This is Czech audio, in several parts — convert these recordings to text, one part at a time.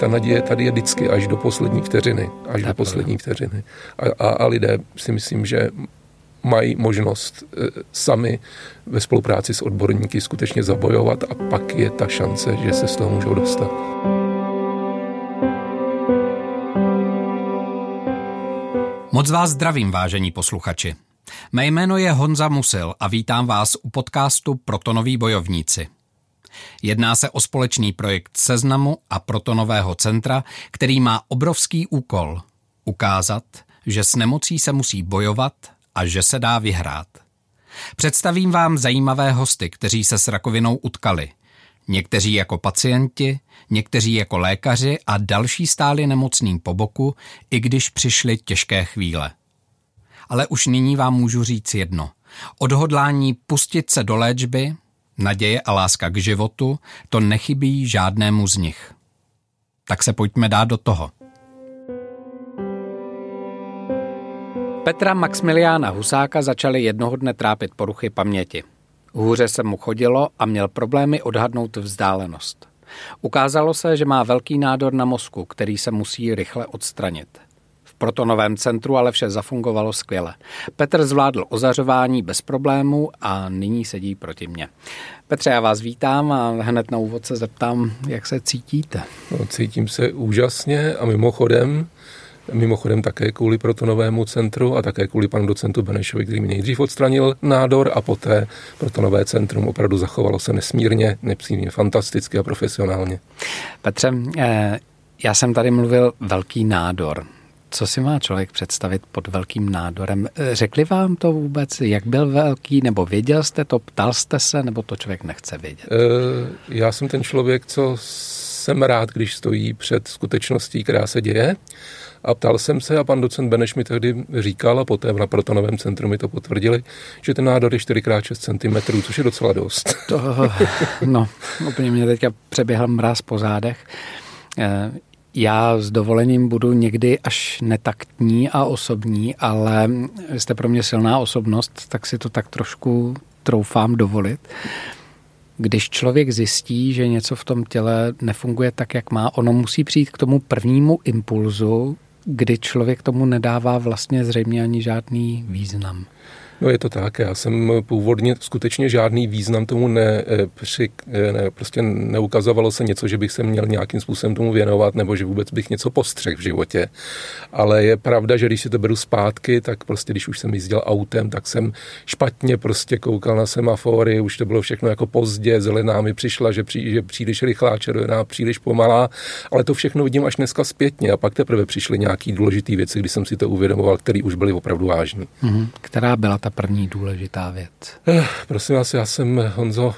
ta naděje tady je vždycky až do poslední vteřiny. A lidé si myslím, že mají možnost sami ve spolupráci s odborníky skutečně zabojovat a pak je ta šance, že se z toho můžou dostat. Moc vás zdravím, vážení posluchači. Mé jméno je Honza Musil a vítám vás u podcastu Protonoví bojovníci. Jedná se o společný projekt Seznamu a Protonového centra, který má obrovský úkol ukázat, že s nemocí se musí bojovat a že se dá vyhrát. Představím vám zajímavé hosty, kteří se s rakovinou utkali. Někteří jako pacienti, někteří jako lékaři a další stáli nemocným po boku, i když přišly těžké chvíle. Ale už nyní vám můžu říct jedno. Odhodlání pustit se do léčby, naděje a láska k životu, to nechybí žádnému z nich. Tak se pojďme dát do toho. Petra Maxmiliána Husáka začaly jednoho dne trápit poruchy paměti. Hůře se mu chodilo a měl problémy odhadnout vzdálenost. Ukázalo se, že má velký nádor na mozku, který se musí rychle odstranit. V Protonovém centru ale vše zafungovalo skvěle. Petr zvládl ozařování bez problémů a nyní sedí proti mně. Petře, já vás vítám a hned na úvod se zeptám, jak se cítíte? No, cítím se úžasně a mimochodem také kvůli Protonovému centru a také kvůli panu docentu Benešovi, který mi nejdřív odstranil nádor a poté Protonové centrum opravdu zachovalo se nesmírně fantasticky a profesionálně. Petře, já jsem tady mluvil velký nádor. Co si má člověk představit pod velkým nádorem? Řekli vám to vůbec, jak byl velký, nebo věděl jste to, ptal jste se, nebo to člověk nechce vědět? Já jsem ten člověk, co jsem rád, když stojí před skutečností, která se děje. A ptal jsem se a pan docent Beneš mi tehdy říkal a poté na Protonovém centru mi to potvrdili, že ten nádor je 4x6 cm, což je docela dost. Úplně mě teďka přeběhl mráz po zádech. Já s dovolením budu někdy až netaktní a osobní, ale jste pro mě silná osobnost, tak si to tak trošku troufám dovolit. Když člověk zjistí, že něco v tom těle nefunguje tak, jak má, ono musí přijít k tomu prvnímu impulzu, kdy člověk tomu nedává vlastně zřejmě ani žádný význam. No je to tak, já jsem původně skutečně žádný význam tomu prostě neukazovalo se něco, že bych se měl nějakým způsobem tomu věnovat, nebo že vůbec bych něco postřehl v životě. Ale je pravda, že když si to beru zpátky, tak prostě když už jsem jezdil autem, tak jsem špatně prostě koukal na semafory, už to bylo všechno jako pozdě, zelená mi přišla, že příliš rychlá, červená příliš pomalá, ale to všechno vidím až dneska zpětně a pak teprve přišly nějaký důležitý věci, kdy jsem si to uvědomoval, které už byly opravdu vážné. Která byla ta první důležitá věc? Prosím vás, já jsem, Honzo,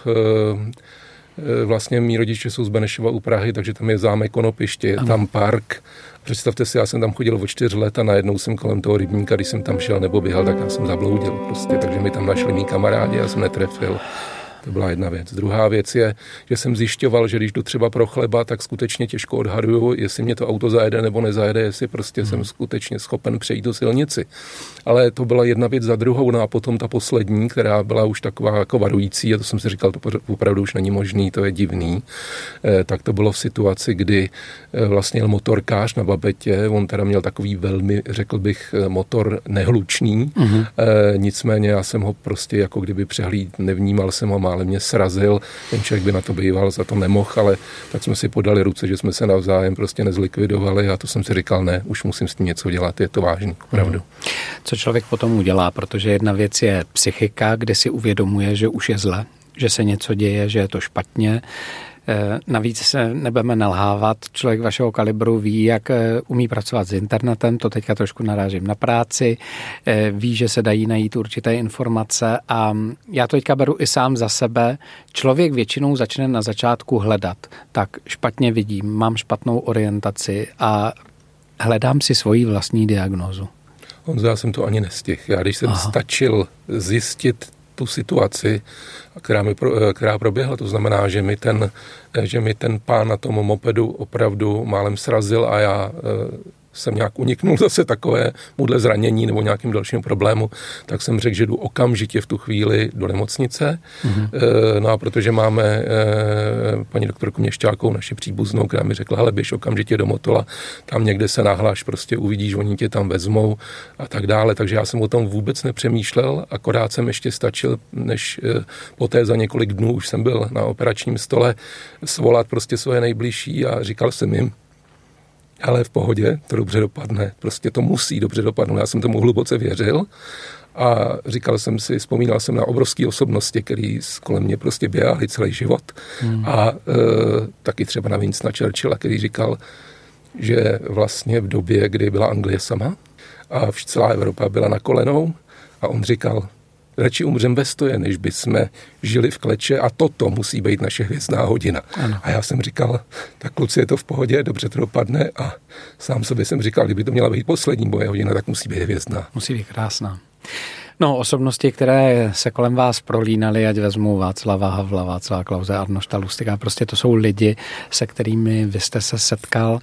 vlastně mý rodiče jsou z Benešova u Prahy, takže tam je zámek Konopiště, je tam park. Představte si, já jsem tam chodil od 4 let a najednou jsem kolem toho rybníka, když jsem tam šel nebo běhal, tak já jsem zabloudil prostě, takže mi tam našli mý kamarádi, já jsem netrefil. To byla jedna věc. Druhá věc je, že jsem zjišťoval, že když jdu třeba pro chleba, tak skutečně těžko odhaduju, jestli mě to auto zajede nebo nezajede, jestli prostě jsem skutečně schopen přejít do silnici. Ale to byla jedna věc za druhou, no a potom ta poslední, která byla už taková jako varující, a to jsem si říkal, to opravdu už není možný, to je divný, tak to bylo v situaci, kdy vlastně jel motorkář na Babetě, on teda měl takový velmi, řekl bych, motor nehlučný, nicméně já jsem ho prostě jako kdyby nevnímal jsem ho, ale mě srazil, ten člověk by na to býval, za to nemohl, ale tak jsme si podali ruce, že jsme se navzájem prostě nezlikvidovali a to jsem si říkal, ne, už musím s tím něco dělat, je to vážný, opravdu. Co člověk potom udělá, protože jedna věc je psychika, kde si uvědomuje, že už je zle, že se něco děje, že je to špatně. Navíc se nebudeme nalhávat, člověk vašeho kalibru ví, jak umí pracovat s internetem, to teďka trošku narážím na práci, ví, že se dají najít určité informace a já to teďka beru i sám za sebe. Člověk většinou začne na začátku hledat, tak špatně vidím, mám špatnou orientaci a hledám si svoji vlastní diagnózu. Honzo, já jsem to ani nestihl. Já když jsem stačil zjistit tu situaci, která proběhla, to znamená, že mi ten pán na tom mopedu opravdu málem srazil a já jsem nějak uniknul zase takovémuhle zranění nebo nějakým dalším problému, tak jsem řekl, že jdu okamžitě v tu chvíli do nemocnice. No a protože máme paní doktorku Měšťákovou, naši příbuznou, která mi řekla, hele, běž okamžitě do Motola, tam někde se nahláš, prostě uvidíš, oni tě tam vezmou a tak dále. Takže já jsem o tom vůbec nepřemýšlel, akorát jsem ještě stačil, než poté za několik dnů už jsem byl na operačním stole, svolat prostě svoje nejbližší a říkal jsem jim, ale v pohodě, to dobře dopadne, prostě to musí dobře dopadnout. Já jsem tomu hluboce věřil a říkal jsem si, vzpomínal jsem na obrovské osobnosti, který kolem mě prostě běhali celý život a taky třeba na Winstona Churchilla, který říkal, že vlastně v době, kdy byla Anglie sama a celá Evropa byla na kolenou a on říkal, radši umřem ve stoje, než by jsme žili v kleče a toto musí být naše hvězdná hodina. Ano. A já jsem říkal, tak kluci, je to v pohodě, dobře to dopadne a sám sobě jsem říkal, kdyby to měla být poslední moje hodina, tak musí být hvězdná. Musí být krásná. No, osobnosti, které se kolem vás prolínaly, ať vezmu Václava Havla, Václava Klause, Arnošta Lustige, prostě to jsou lidi, se kterými vy jste se setkal.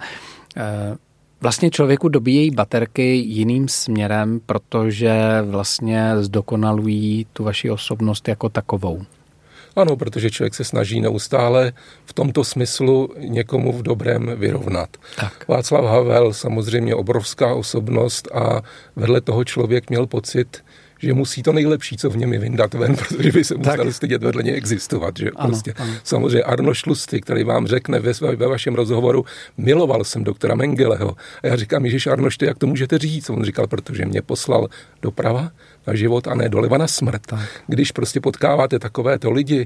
Vlastně člověku dobíjejí baterky jiným směrem, protože vlastně zdokonalují tu vaši osobnost jako takovou. Ano, protože člověk se snaží neustále v tomto smyslu někomu v dobrém vyrovnat. Tak. Václav Havel samozřejmě obrovská osobnost a vedle toho člověk měl pocit, že musí to nejlepší, co v něm je, vyndat ven, protože by se musel stydět vedle něj existovat. Že? Ano, prostě. Ano. Samozřejmě Arnošt Lustig, který vám řekne ve vašem rozhovoru, miloval jsem doktora Mengeleho. A já říkám, Ježiš Arnošte, jak to můžete říct? On říkal, protože mě poslal doprava na život a ne doleva na smrt. Tak. Když prostě potkáváte takovéto lidi,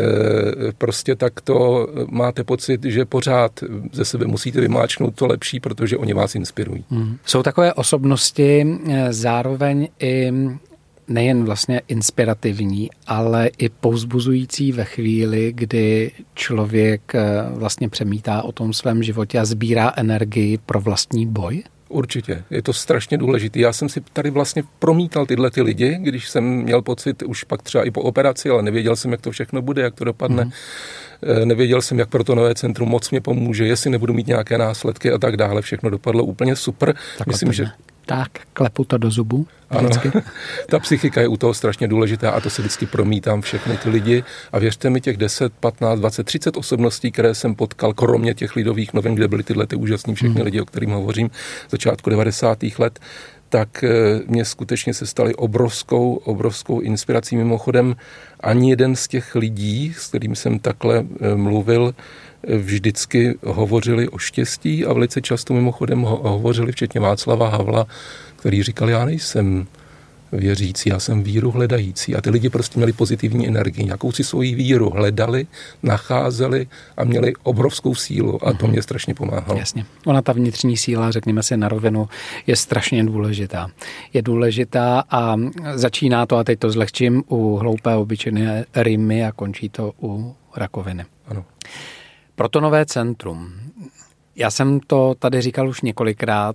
prostě tak to máte pocit, že pořád ze sebe musíte vymáčknout to lepší, protože oni vás inspirují. Jsou takové osobnosti zároveň i nejen vlastně inspirativní, ale i povzbuzující ve chvíli, kdy člověk vlastně přemítá o tom svém životě a sbírá energii pro vlastní boj? Určitě, je to strašně důležité. Já jsem si tady vlastně promítal tyhle ty lidi, když jsem měl pocit už pak třeba i po operaci, ale nevěděl jsem, jak to všechno bude, jak to dopadne. Nevěděl jsem, jak Protonové centrum moc mě pomůže, jestli nebudu mít nějaké následky a tak dále. Všechno dopadlo úplně super. Tak myslím, že tak, klepu to do zubu. Ano, ta psychika je u toho strašně důležitá a to se vždycky promítám všechny ty lidi a věřte mi, těch 10, 15, 20, 30 osobností, které jsem potkal, kromě těch Lidových novin, kde byly tyhle ty úžasní všechny lidi, o kterých hovořím začátku 90. let, tak mě skutečně se staly obrovskou inspirací. Mimochodem ani jeden z těch lidí, s kterým jsem takhle mluvil, vždycky hovořili o štěstí a velice často mimochodem hovořili, včetně Václava Havla, který říkal, já nejsem věřící, já jsem víru hledající. A ty lidi prostě měli pozitivní energii, nějakou si svoji víru hledali, nacházeli a měli obrovskou sílu a to mě strašně pomáhalo. Jasně. Ona ta vnitřní síla, řekněme si na rovinu, je strašně důležitá. Je důležitá a začíná to, a teď to zlehčím, u hloupé obyčejné rýmy a končí to u rakoviny. Ano. Protonové centrum. Já jsem to tady říkal už několikrát.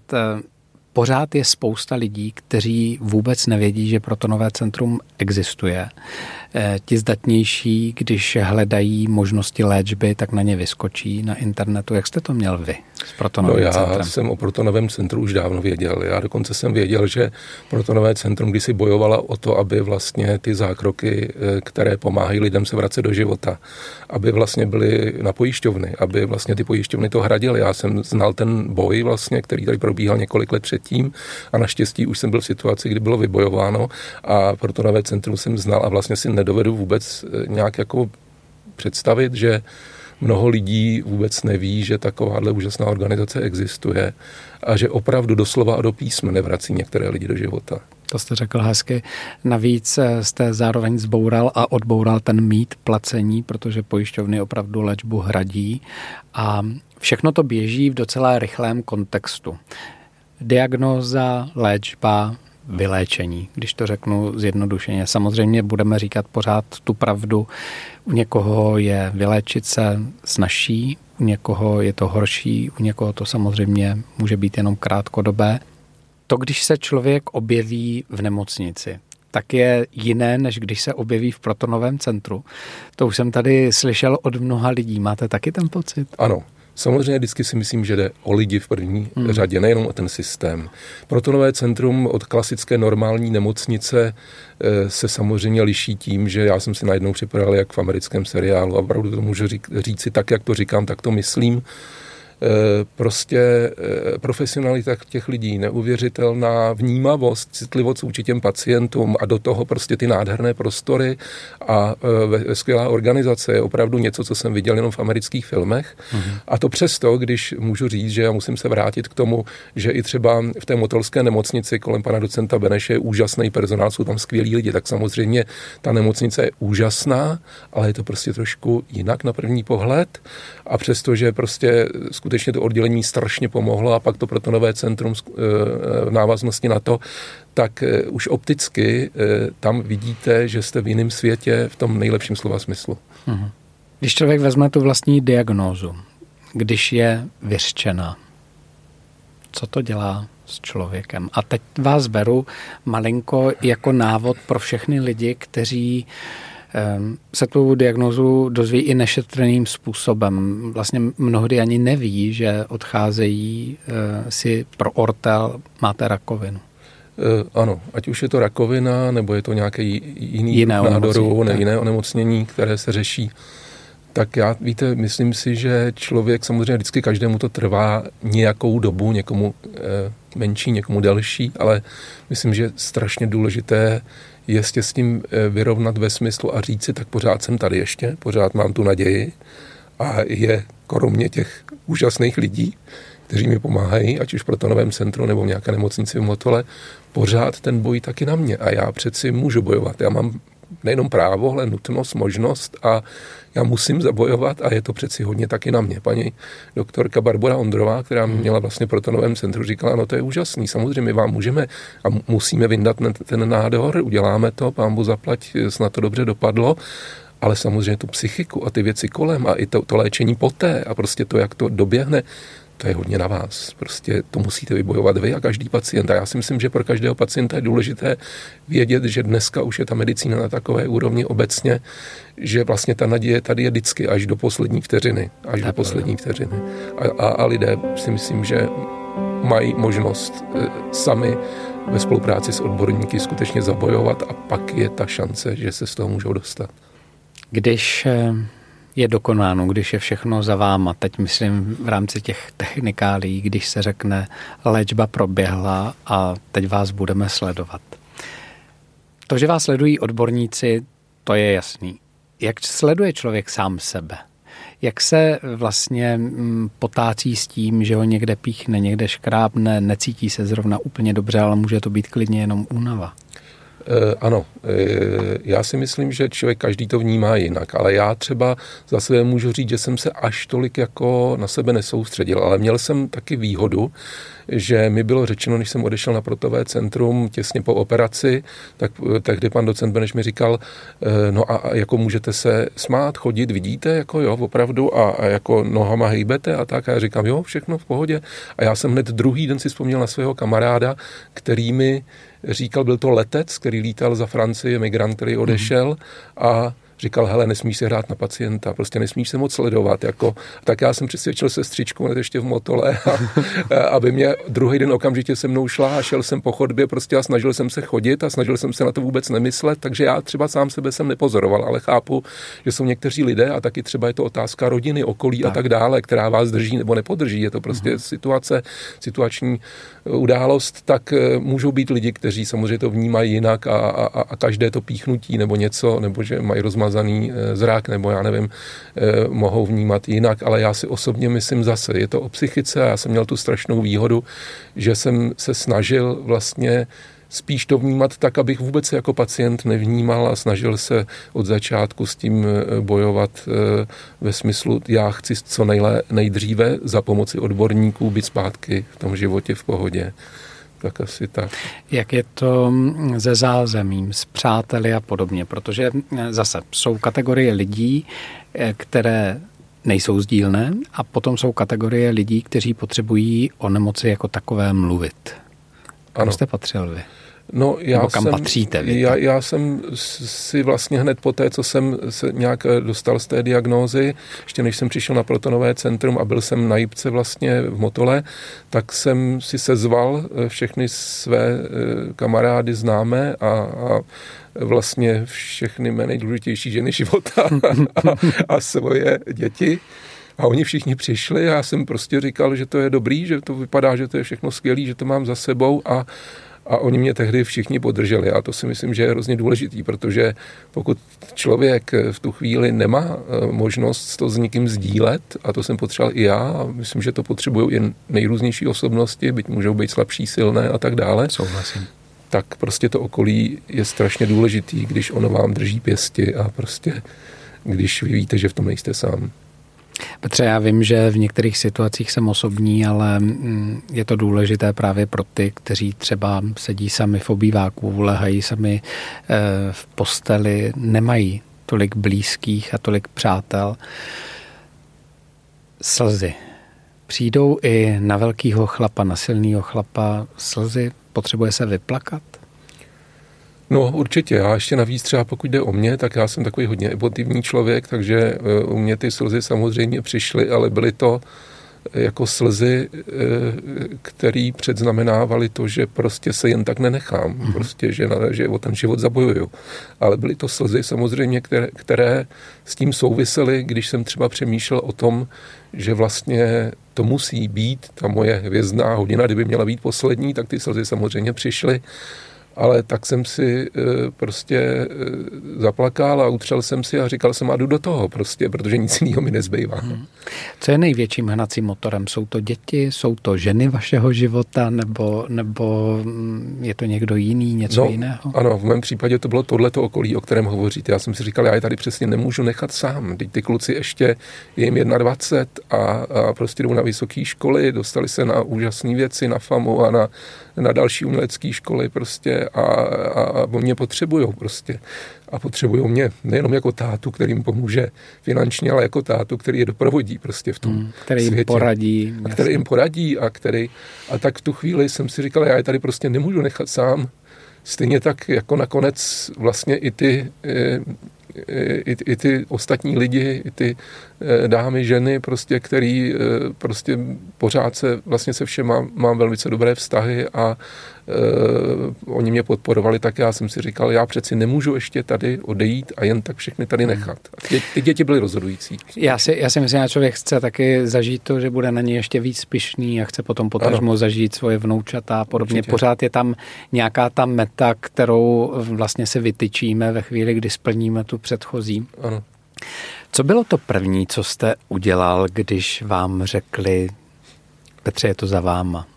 Pořád je spousta lidí, kteří vůbec nevědí, že protonové centrum existuje. Ti zdatnější, když hledají možnosti léčby, tak na ně vyskočí na internetu. Jak jste to měl vy s protonovým centrem? Já jsem o protonovém centru už dávno věděl. Já dokonce jsem věděl, že protonové centrum kdysi bojovala o to, aby vlastně ty zákroky, které pomáhají lidem se vracet do života, aby vlastně byly na pojišťovny, aby vlastně ty pojišťovny to hradily. Já jsem znal ten boj vlastně, který tady probíhal několik let předtím a naštěstí už jsem byl v situaci, kdy bylo vybojováno a protonové centrum jsem znal a vlastně si nedovedu vůbec nějak jako představit, že mnoho lidí vůbec neví, že takováhle úžasná organizace existuje a že opravdu doslova a do písmene vrací některé lidi do života. To jste řekl hezky. Navíc jste zároveň zboural a odboural ten mýt placení, protože pojišťovny opravdu léčbu hradí a všechno to běží v docela rychlém kontextu. Diagnóza, léčba, vyléčení, když to řeknu zjednodušeně. Samozřejmě budeme říkat pořád tu pravdu. U někoho je vyléčit se snazší, u někoho je to horší, u někoho to samozřejmě může být jenom krátkodobé. To, když se člověk objeví v nemocnici, tak je jiné, než když se objeví v protonovém centru. To už jsem tady slyšel od mnoha lidí. Máte taky ten pocit? Ano. Samozřejmě vždycky si myslím, že jde o lidi v první řadě, nejenom o ten systém. Protonové centrum od klasické normální nemocnice se samozřejmě liší tím, že já jsem si najednou připadal jak v americkém seriálu a opravdu to můžu říci tak, jak to říkám, tak to myslím. Prostě profesionalita těch lidí, neuvěřitelná vnímavost, citlivost vůči těm pacientům a do toho prostě ty nádherné prostory a skvělá organizace je opravdu něco, co jsem viděl jenom v amerických filmech. A to přesto, když můžu říct, že já musím se vrátit k tomu, že i třeba v té motolské nemocnici kolem pana docenta Beneše je úžasný personál, jsou tam skvělí lidi, tak samozřejmě ta nemocnice je úžasná, ale je to prostě trošku jinak na první pohled a přestože prostě skutečně to oddělení strašně pomohlo a pak to protonové centrum v návaznosti na to, tak už opticky tam vidíte, že jste v jiném světě v tom nejlepším slova smyslu. Když člověk vezme tu vlastní diagnózu, když je vyřčená, co to dělá s člověkem? A teď vás beru malinko jako návod pro všechny lidi, kteří se tu diagnózu dozví i nešetrným způsobem. Vlastně mnohdy ani neví, že odcházejí si pro ortel, máte rakovinu. Ano, ať už je to rakovina, nebo je to nějaké jiný nádoru, jiné onemocnění, které se řeší. Tak já, víte, myslím si, že člověk samozřejmě vždycky každému to trvá nějakou dobu, někomu menší, někomu delší, ale myslím, že strašně důležité je s tím vyrovnat ve smyslu a říct si, tak pořád jsem tady ještě, pořád mám tu naději a je kromě těch úžasných lidí, kteří mi pomáhají, ať už v protonovém centru nebo v nějaké nemocnici v Motole, pořád ten boj taky na mě a já přeci můžu bojovat. Já mám nejenom právo, ale nutnost, možnost a já musím zabojovat a je to přeci hodně taky na mě. Paní doktorka Barbora Ondrová, která měla vlastně v protonovém centru, říkala, no to je úžasný, samozřejmě vám můžeme a musíme vyndat ten nádor, uděláme to, pán Bůh zaplať, snad to dobře dopadlo, ale samozřejmě tu psychiku a ty věci kolem a i to léčení poté a prostě to, jak to doběhne, to je hodně na vás. Prostě to musíte vybojovat vy a každý pacient. A já si myslím, že pro každého pacienta je důležité vědět, že dneska už je ta medicína na takové úrovni obecně, že vlastně ta naděje tady je vždycky až do poslední vteřiny. A lidé si myslím, že mají možnost sami ve spolupráci s odborníky skutečně zabojovat a pak je ta šance, že se z toho můžou dostat. Když je dokonáno, když je všechno za váma, teď myslím v rámci těch technikálí, když se řekne, léčba proběhla a teď vás budeme sledovat. To, že vás sledují odborníci, to je jasný. Jak sleduje člověk sám sebe? Jak se vlastně potácí s tím, že ho někde píchne, někde škrábne, necítí se zrovna úplně dobře, ale může to být klidně jenom únava? Ano, já si myslím, že člověk každý to vnímá jinak, ale já třeba za sebe můžu říct, že jsem se až tolik jako na sebe nesoustředil, ale měl jsem taky výhodu, že mi bylo řečeno, když jsem odešel na protové centrum těsně po operaci, tak tehdy pan docent Beneš mi říkal, no a jako můžete se smát, chodit, vidíte, jako jo, opravdu a jako nohama hejbete a tak a já říkám, jo, všechno v pohodě a já jsem hned druhý den si vzpomněl na svého kamaráda, který mi říkal, byl to letec, který lítal za Francii, migrant, který odešel a říkal, hele, nesmíš se hrát na pacienta, prostě nesmíš se moc sledovat. Jako. Tak já jsem přesvědčil sestřičku, ještě v Motole, aby mě druhý den okamžitě se mnou šla a šel jsem po chodbě prostě a snažil jsem se chodit a snažil jsem se na to vůbec nemyslet, takže já třeba sám sebe jsem nepozoroval, ale chápu, že jsou někteří lidé a taky třeba je to otázka rodiny, okolí a tak dále, která vás drží nebo nepodrží. Je to prostě situační událost, tak můžou být lidi, kteří samozřejmě to vnímají jinak a každé to píchnutí nebo něco, nebo že mají rozmazaný zrak, nebo já nevím, mohou vnímat jinak, ale já si osobně myslím zase, je to o psychice a já jsem měl tu strašnou výhodu, že jsem se snažil vlastně spíš to vnímat tak, abych vůbec jako pacient nevnímal a snažil se od začátku s tím bojovat ve smyslu, já chci co nejdříve za pomoci odborníků být zpátky v tom životě v pohodě. Tak asi tak. Jak je to se zázemím, s přáteli a podobně? Protože zase jsou kategorie lidí, které nejsou sdílné a potom jsou kategorie lidí, kteří potřebují o nemoci jako takové mluvit. Kam jste patřil vy? No, kam patříte vy? Já jsem si vlastně hned po té, co jsem se nějak dostal z té diagnózy, ještě než jsem přišel na protonové centrum a byl jsem na Jipce vlastně v Motole, tak jsem si sezval všechny své kamarády, známé a vlastně všechny mé nejdůležitější ženy života a svoje děti. A oni všichni přišli a já jsem prostě říkal, že to je dobrý, že to vypadá, že to je všechno skvělý, že to mám za sebou a oni mě tehdy všichni podrželi. A to si myslím, že je hrozně důležitý, protože pokud člověk v tu chvíli nemá možnost to s nikým sdílet, a to jsem potřeboval i já, a myslím, že to potřebují i nejrůznější osobnosti, byť můžou být slabší, silné a tak dále. Souhlasím. Tak prostě to okolí je strašně důležitý, když ono vám drží pěsti a prostě když vy víte, že v tom nejste sám. Petře, já vím, že v některých situacích jsem osobní, ale je to důležité právě pro ty, kteří třeba sedí sami v obýváku, lehají sami v posteli, nemají tolik blízkých a tolik přátel. Slzy. Přijdou i na velkýho chlapa, na silného chlapa slzy? Potřebuje se vyplakat? No určitě, já ještě navíc třeba pokud jde o mě, tak já jsem takový hodně emotivní člověk, takže u mě ty slzy samozřejmě přišly, ale byly to jako slzy, které předznamenávaly to, že prostě se jen tak nenechám, prostě, že o ten život zabojuju. Ale byly to slzy samozřejmě, které s tím souvisely, když jsem třeba přemýšlel o tom, že vlastně to musí být ta moje hvězdná hodina, kdyby měla být poslední, tak ty slzy samozřejmě přišly. Ale tak jsem si prostě zaplakal a utřel jsem si a říkal jsem a jdu do toho prostě, protože nic jiného mi nezbývá. Co je největším hnacím motorem? Jsou to děti, jsou to ženy vašeho života nebo je to někdo jiný, něco jiného? Ano, v mém případě to bylo tohleto okolí, o kterém hovoříte. Já jsem si říkal, já je tady přesně nemůžu nechat sám. Ty kluci ještě je jim 21 a prostě jdou na vysoké školy, dostali se na úžasné věci, na FAMu a na další umělecké školy prostě a mě potřebujou prostě. A potřebujou mě nejenom jako tátu, který jim pomůže finančně, ale jako tátu, který je doprovodí prostě v tom který světě. Který jim poradí a tak v tu chvíli jsem si říkal, já je tady prostě nemůžu nechat sám. Stejně tak jako nakonec vlastně i ty ostatní lidi, i ty dámy, ženy, prostě, který prostě pořád se všem mám velice dobré vztahy a oni mě podporovali, tak já jsem si říkal, já přeci nemůžu ještě tady odejít a jen tak všechny tady nechat. A ty děti byly rozhodující. Já si myslím, že člověk chce taky zažít to, že bude na ně ještě víc pyšný a chce potom potažmo zažít svoje vnoučata a podobně. Určitě. Pořád je tam nějaká ta meta, kterou vlastně si vytyčíme ve chvíli, kdy splníme tu předchozí. Ano. Co bylo to první, co jste udělal, když vám řekli, Petře, je to za váma?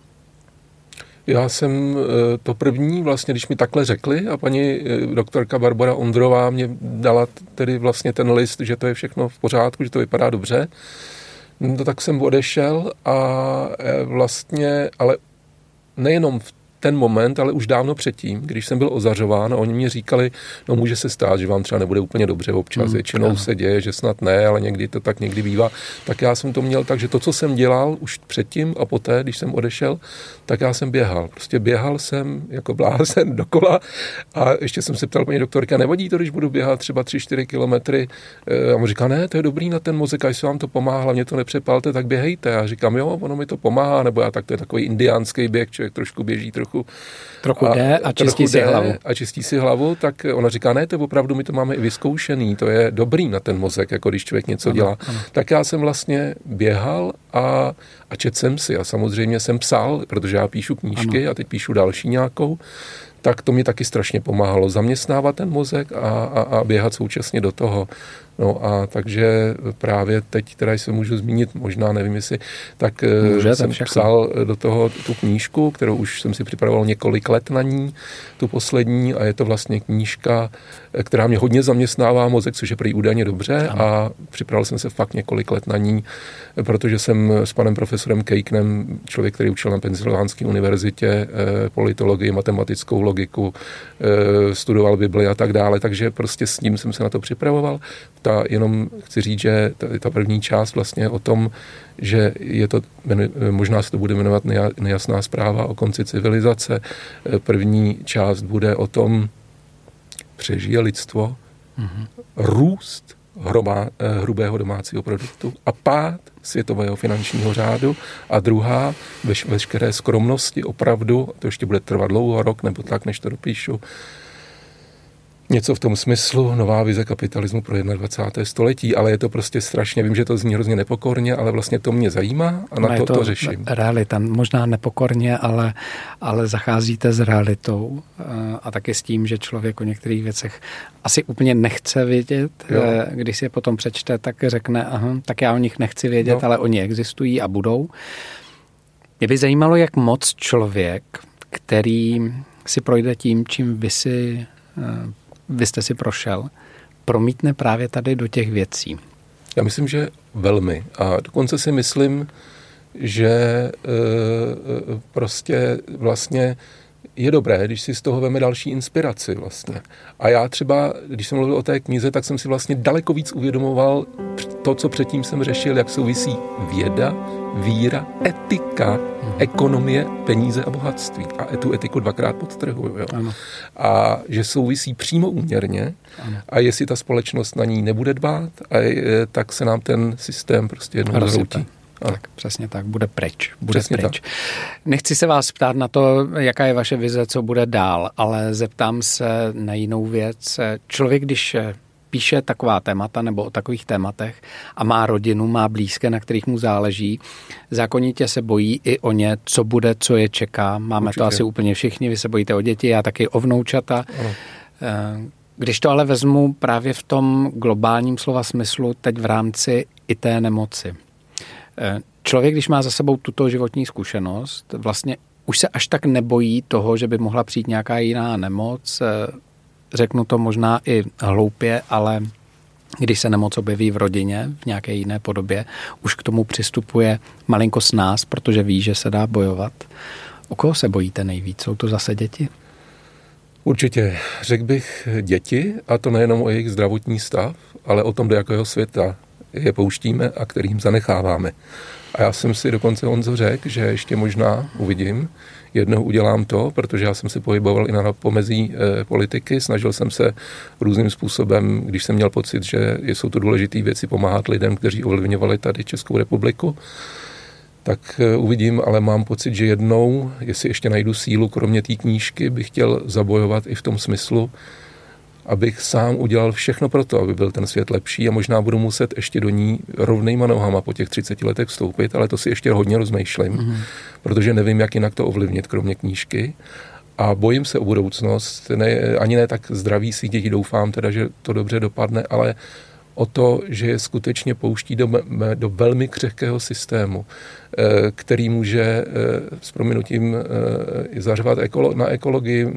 Já jsem to první, vlastně, když mi takhle řekli a paní doktorka Barbora Ondrová mě dala tedy vlastně ten list, že to je všechno v pořádku, že to vypadá dobře, no, tak jsem odešel a vlastně, ale nejenom v ten moment, ale už dávno předtím, když jsem byl ozařován a oni mě říkali, no může se stát, že vám třeba nebude úplně dobře občas, většinou se děje, že snad ne, ale někdy to tak někdy bývá, tak já jsem to měl tak, že to, co jsem dělal už předtím a poté, když jsem odešel, tak já jsem běhal. Prostě běhal jsem jako blázen dokola a ještě jsem se ptal paní doktorka, nevadí to, když budu běhat třeba 3-4 kilometry? A on říká, ne, to je dobrý na ten mozek, až se vám to pomáhá, hlavně to nepřepalte, tak běhejte. A říkám, jo, ono mi to pomáhá, nebo já tak to je takový indiánský běh, člověk trošku běží, trochu jde a čistí si hlavu. A čistí si hlavu, tak ona říká, ne, to opravdu my to máme i vyzkoušený, to je dobrý na ten mozek, jako když člověk něco dělá. Ano. Tak já jsem vlastně běhal a četl jsem si a samozřejmě jsem psal, protože já píšu knížky a teď píšu další nějakou, tak to mi taky strašně pomáhalo zaměstnávat ten mozek a běhat současně do toho. No a takže právě teď, teda se můžu zmínit, možná nevím jestli, tak jsem psal do toho tu knížku, kterou už jsem si připravoval několik let na ní, tu poslední, a je to vlastně knížka, která mě hodně zaměstnává mozek, což je prý údajně dobře, a připravoval jsem se fakt několik let na ní, protože jsem jsem s panem profesorem Kejknem, člověk, který učil na Pensylvánské univerzitě politologii, matematickou logiku, studoval Bibli a tak dále, takže prostě s ním jsem se na to připravoval. Jenom chci říct, že ta první část vlastně o tom, že je to, možná se to bude jmenovat nejasná zpráva o konci civilizace. První část bude o tom, přežije lidstvo, růst hrubého domácího produktu a pád světového finančního řádu a druhá veškeré skromnosti opravdu, to ještě bude trvat dlouho, rok nebo tak, než to dopíšu, něco v tom smyslu, nová vize kapitalismu pro 21. století, ale je to prostě strašně, vím, že to zní hrozně nepokorně, ale vlastně to mě zajímá a na to řeším. Realita, možná nepokorně, ale zacházíte s realitou a taky s tím, že člověk o některých věcech asi úplně nechce vědět. Jo. Když si je potom přečte, tak řekne, aha, tak já o nich nechci vědět, ale oni existují a budou. Mě by zajímalo, jak moc člověk, který si projde tím, čím vy jste si prošel, promítne právě tady do těch věcí. Já myslím, že velmi. A dokonce si myslím, že prostě vlastně je dobré, když si z toho veme další inspiraci vlastně. A já třeba, když jsem mluvil o té knize, tak jsem si vlastně daleko víc uvědomoval to, co předtím jsem řešil, jak souvisí věda, víra, etika, ekonomie, peníze a bohatství. A tu etiku dvakrát podtrhuju. Jo? A že souvisí přímo úměrně a jestli ta společnost na ní nebude dbát, tak se nám ten systém prostě jednou zhroutí. Tak, přesně tak, bude pryč. Tak. Nechci se vás ptát na to, jaká je vaše vize, co bude dál, ale zeptám se na jinou věc. Člověk, když píše taková témata nebo o takových tématech a má rodinu, má blízké, na kterých mu záleží, zákonitě se bojí i o ně, co bude, co je čeká. Máme Určitě. To asi úplně všichni, vy se bojíte o děti, já taky o vnoučata. Když to ale vezmu právě v tom globálním slova smyslu, teď v rámci i té nemoci. Člověk, když má za sebou tuto životní zkušenost, vlastně už se až tak nebojí toho, že by mohla přijít nějaká jiná nemoc. Řeknu to možná i hloupě, ale když se nemoc objeví v rodině v nějaké jiné podobě, už k tomu přistupuje malinko s nás, protože ví, že se dá bojovat. O koho se bojíte nejvíc? Jsou to zase děti? Určitě. Řekl bych děti, a to nejenom o jejich zdravotní stav, ale o tom, do jakého světa je pouštíme a kterým zanecháváme. A já jsem si dokonce, Honzo, řekl, že ještě možná uvidím, jednou udělám to, protože já jsem si pohyboval i na pomezí politiky, snažil jsem se různým způsobem, když jsem měl pocit, že jsou to důležité věci, pomáhat lidem, kteří ovlivňovali tady Českou republiku, tak uvidím, ale mám pocit, že jednou, jestli ještě najdu sílu, kromě té knížky, bych chtěl zabojovat i v tom smyslu, abych sám udělal všechno pro to, aby byl ten svět lepší a možná budu muset ještě do ní rovnejma nohama po těch 30 letech vstoupit, ale to si ještě hodně rozmýšlím, protože nevím, jak jinak to ovlivnit, kromě knížky. A bojím se o budoucnost, ani ne tak zdraví svých dětí, doufám teda, že to dobře dopadne, ale o to, že je skutečně pouští do velmi křehkého systému, který může s prominutím zařvat na ekologii,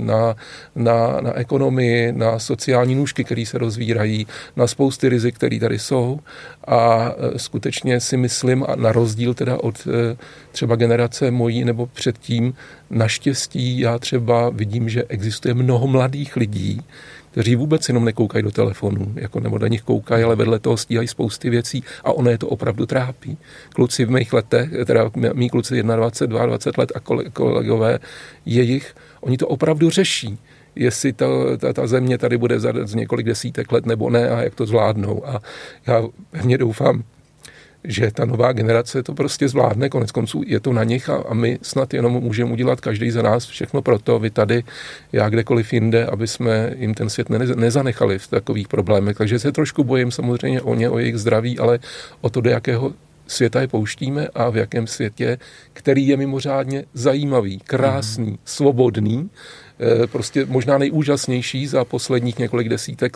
na ekonomii, na sociální nůžky, které se rozvírají, na spousty rizik, které tady jsou. A skutečně si myslím, a na rozdíl teda od třeba generace mojí nebo předtím, naštěstí já třeba vidím, že existuje mnoho mladých lidí, kteří vůbec jenom nekoukají do telefonů, nebo na nich koukají, ale vedle toho stíhají spousty věcí a ono je to opravdu trápí. Kluci v mých letech, teda mý kluci 21, 22 let a kolegové jejich, oni to opravdu řeší, jestli ta země tady bude za několik desítek let nebo ne a jak to zvládnou. A já pevně doufám, že ta nová generace to prostě zvládne, konec konců je to na nich a my snad jenom můžeme udělat každý za nás všechno proto, vy tady, já kdekoliv jinde, aby jsme jim ten svět nezanechali v takových problémech. Takže se trošku bojím samozřejmě o jejich zdraví, ale o to, do jakého světa je pouštíme a v jakém světě, který je mimořádně zajímavý, krásný, svobodný, prostě možná nejúžasnější za posledních několik desítek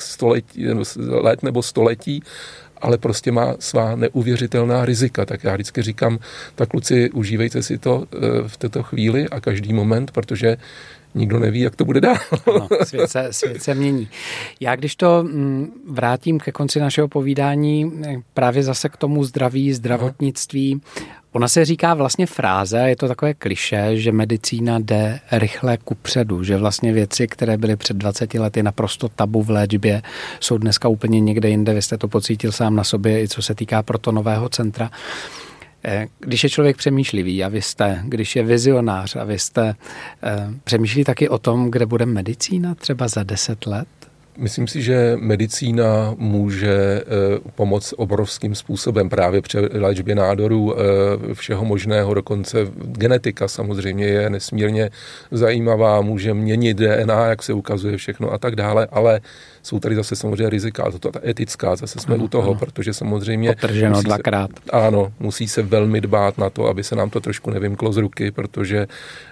let nebo století, ale prostě má svá neuvěřitelná rizika. Tak já vždycky říkám, tak kluci, užívejte si to v této chvíli a každý moment, protože nikdo neví, jak to bude dál. No, svět se mění. Já když to vrátím ke konci našeho povídání, právě zase k tomu zdraví, zdravotnictví, Ona se říká vlastně fráze, je to takové klišé, že medicína jde rychle kupředu, že vlastně věci, které byly před 20 lety naprosto tabu v léčbě, jsou dneska úplně někde jinde. Vy jste to pocítil sám na sobě, i co se týká protonového centra. Když je člověk přemýšlivý a když je vizionář a vy jste, přemýšlí taky o tom, kde bude medicína třeba za 10 let? Myslím si, že medicína může pomoct obrovským způsobem právě při léčbě nádorů všeho možného, dokonce genetika samozřejmě je nesmírně zajímavá, může měnit DNA, jak se ukazuje všechno a tak dále, ale jsou tady zase samozřejmě rizika, a to ta etická, zase jsme u toho, protože samozřejmě potrženo dvakrát. Ano, musí se velmi dbát na to, aby se nám to trošku nevymklo z ruky, protože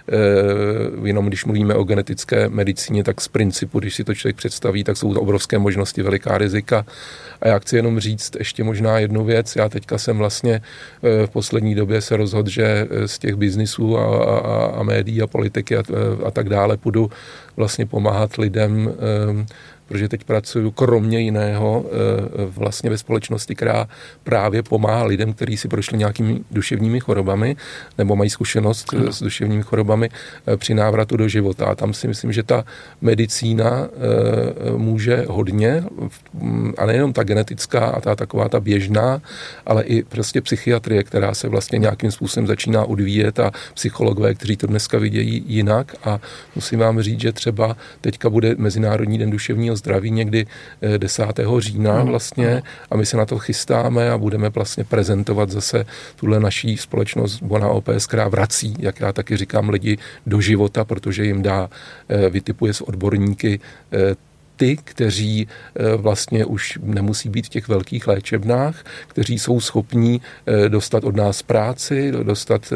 jenom když mluvíme o genetické medicíně, tak z principu, když si to člověk představí, tak jsou to obrovské možnosti, veliká rizika. A já chci jenom říct ještě možná jednu věc. Já teďka jsem vlastně v poslední době se rozhodl, že z těch biznisů a médií a politiky a tak dále půjdu vlastně pomáhat lidem, protože teď pracuji kromě jiného vlastně ve společnosti, která právě pomáhá lidem, kteří si prošli nějakými duševními chorobami nebo mají zkušenost s duševními chorobami při návratu do života. A tam si myslím, že ta medicína může hodně, a nejenom ta genetická a ta taková ta běžná, ale i prostě psychiatrie, která se vlastně nějakým způsobem začíná odvíjet a psychologové, kteří to dneska vidějí jinak. A musím vám říct, že třeba teďka bude Mezinárodní den duševního zdraví někdy 10. října vlastně a my se na to chystáme a budeme vlastně prezentovat zase tuhle naší společnost Bona OPS, která vrací, jak já taky říkám, lidi do života, protože jim vytipuje s odborníky ty, kteří vlastně už nemusí být v těch velkých léčebnách, kteří jsou schopní dostat od nás práci, dostat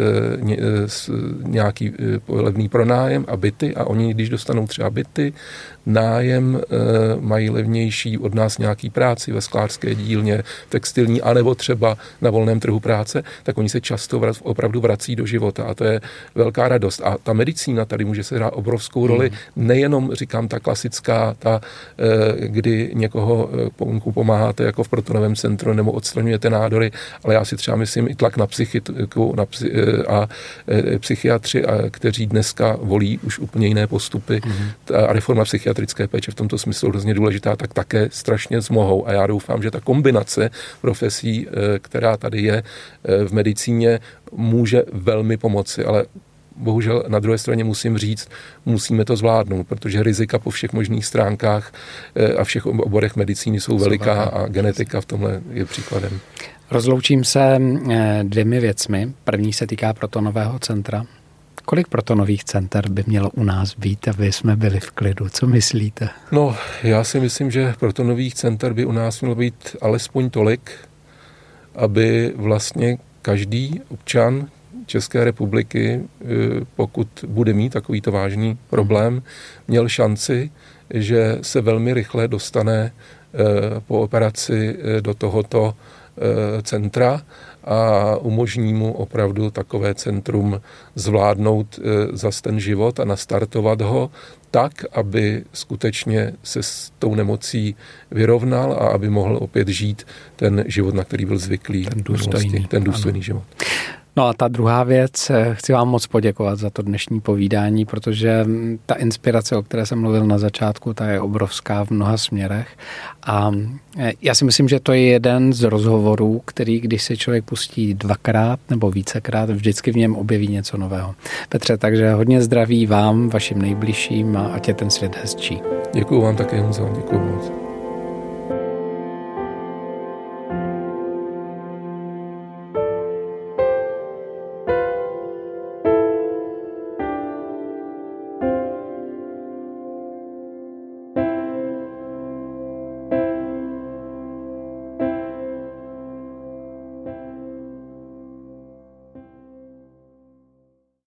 nějaký levný pronájem a byty a oni, když dostanou třeba byty, nájem, mají levnější od nás nějaký práci ve sklářské dílně, textilní, anebo třeba na volném trhu práce, tak oni se často opravdu vrací do života a to je velká radost. A ta medicína tady může se hrát obrovskou roli, nejenom, říkám, ta klasická, kdy někoho pomáháte jako v protonovém centru nebo odstraňujete nádory, ale já si třeba myslím i tlak na psychiku a psychiatři, kteří dneska volí už úplně jiné postupy. A reforma psychiatrické péče v tomto smyslu hrozně důležitá, tak také strašně zmohou. A já doufám, že ta kombinace profesí, která tady je v medicíně, může velmi pomoci, ale bohužel na druhé straně musím říct, musíme to zvládnout, protože rizika po všech možných stránkách a všech oborech medicíny jsou veliká a genetika v tomhle je příkladem. Rozloučím se 2 věcmi. První se týká protonového centra. Kolik protonových center by mělo u nás být, aby jsme byli v klidu? Co myslíte? No, já si myslím, že protonových center by u nás mělo být alespoň tolik, aby vlastně každý občan České republiky, pokud bude mít takovýto vážný problém, měl šanci, že se velmi rychle dostane po operaci do tohoto centra a umožní mu opravdu takové centrum zvládnout zas ten život a nastartovat ho tak, aby skutečně se s tou nemocí vyrovnal a aby mohl opět žít ten život, na který byl zvyklý. Ten důstojný život. No a ta druhá věc, chci vám moc poděkovat za to dnešní povídání, protože ta inspirace, o které jsem mluvil na začátku, ta je obrovská v mnoha směrech a já si myslím, že to je jeden z rozhovorů, který, když se člověk pustí 2krát nebo vícekrát, vždycky v něm objeví něco nového. Petře, takže hodně zdraví vám, vašim nejbližším a ať je ten svět hezčí. Děkuju vám také, Honzo, děkuju moc.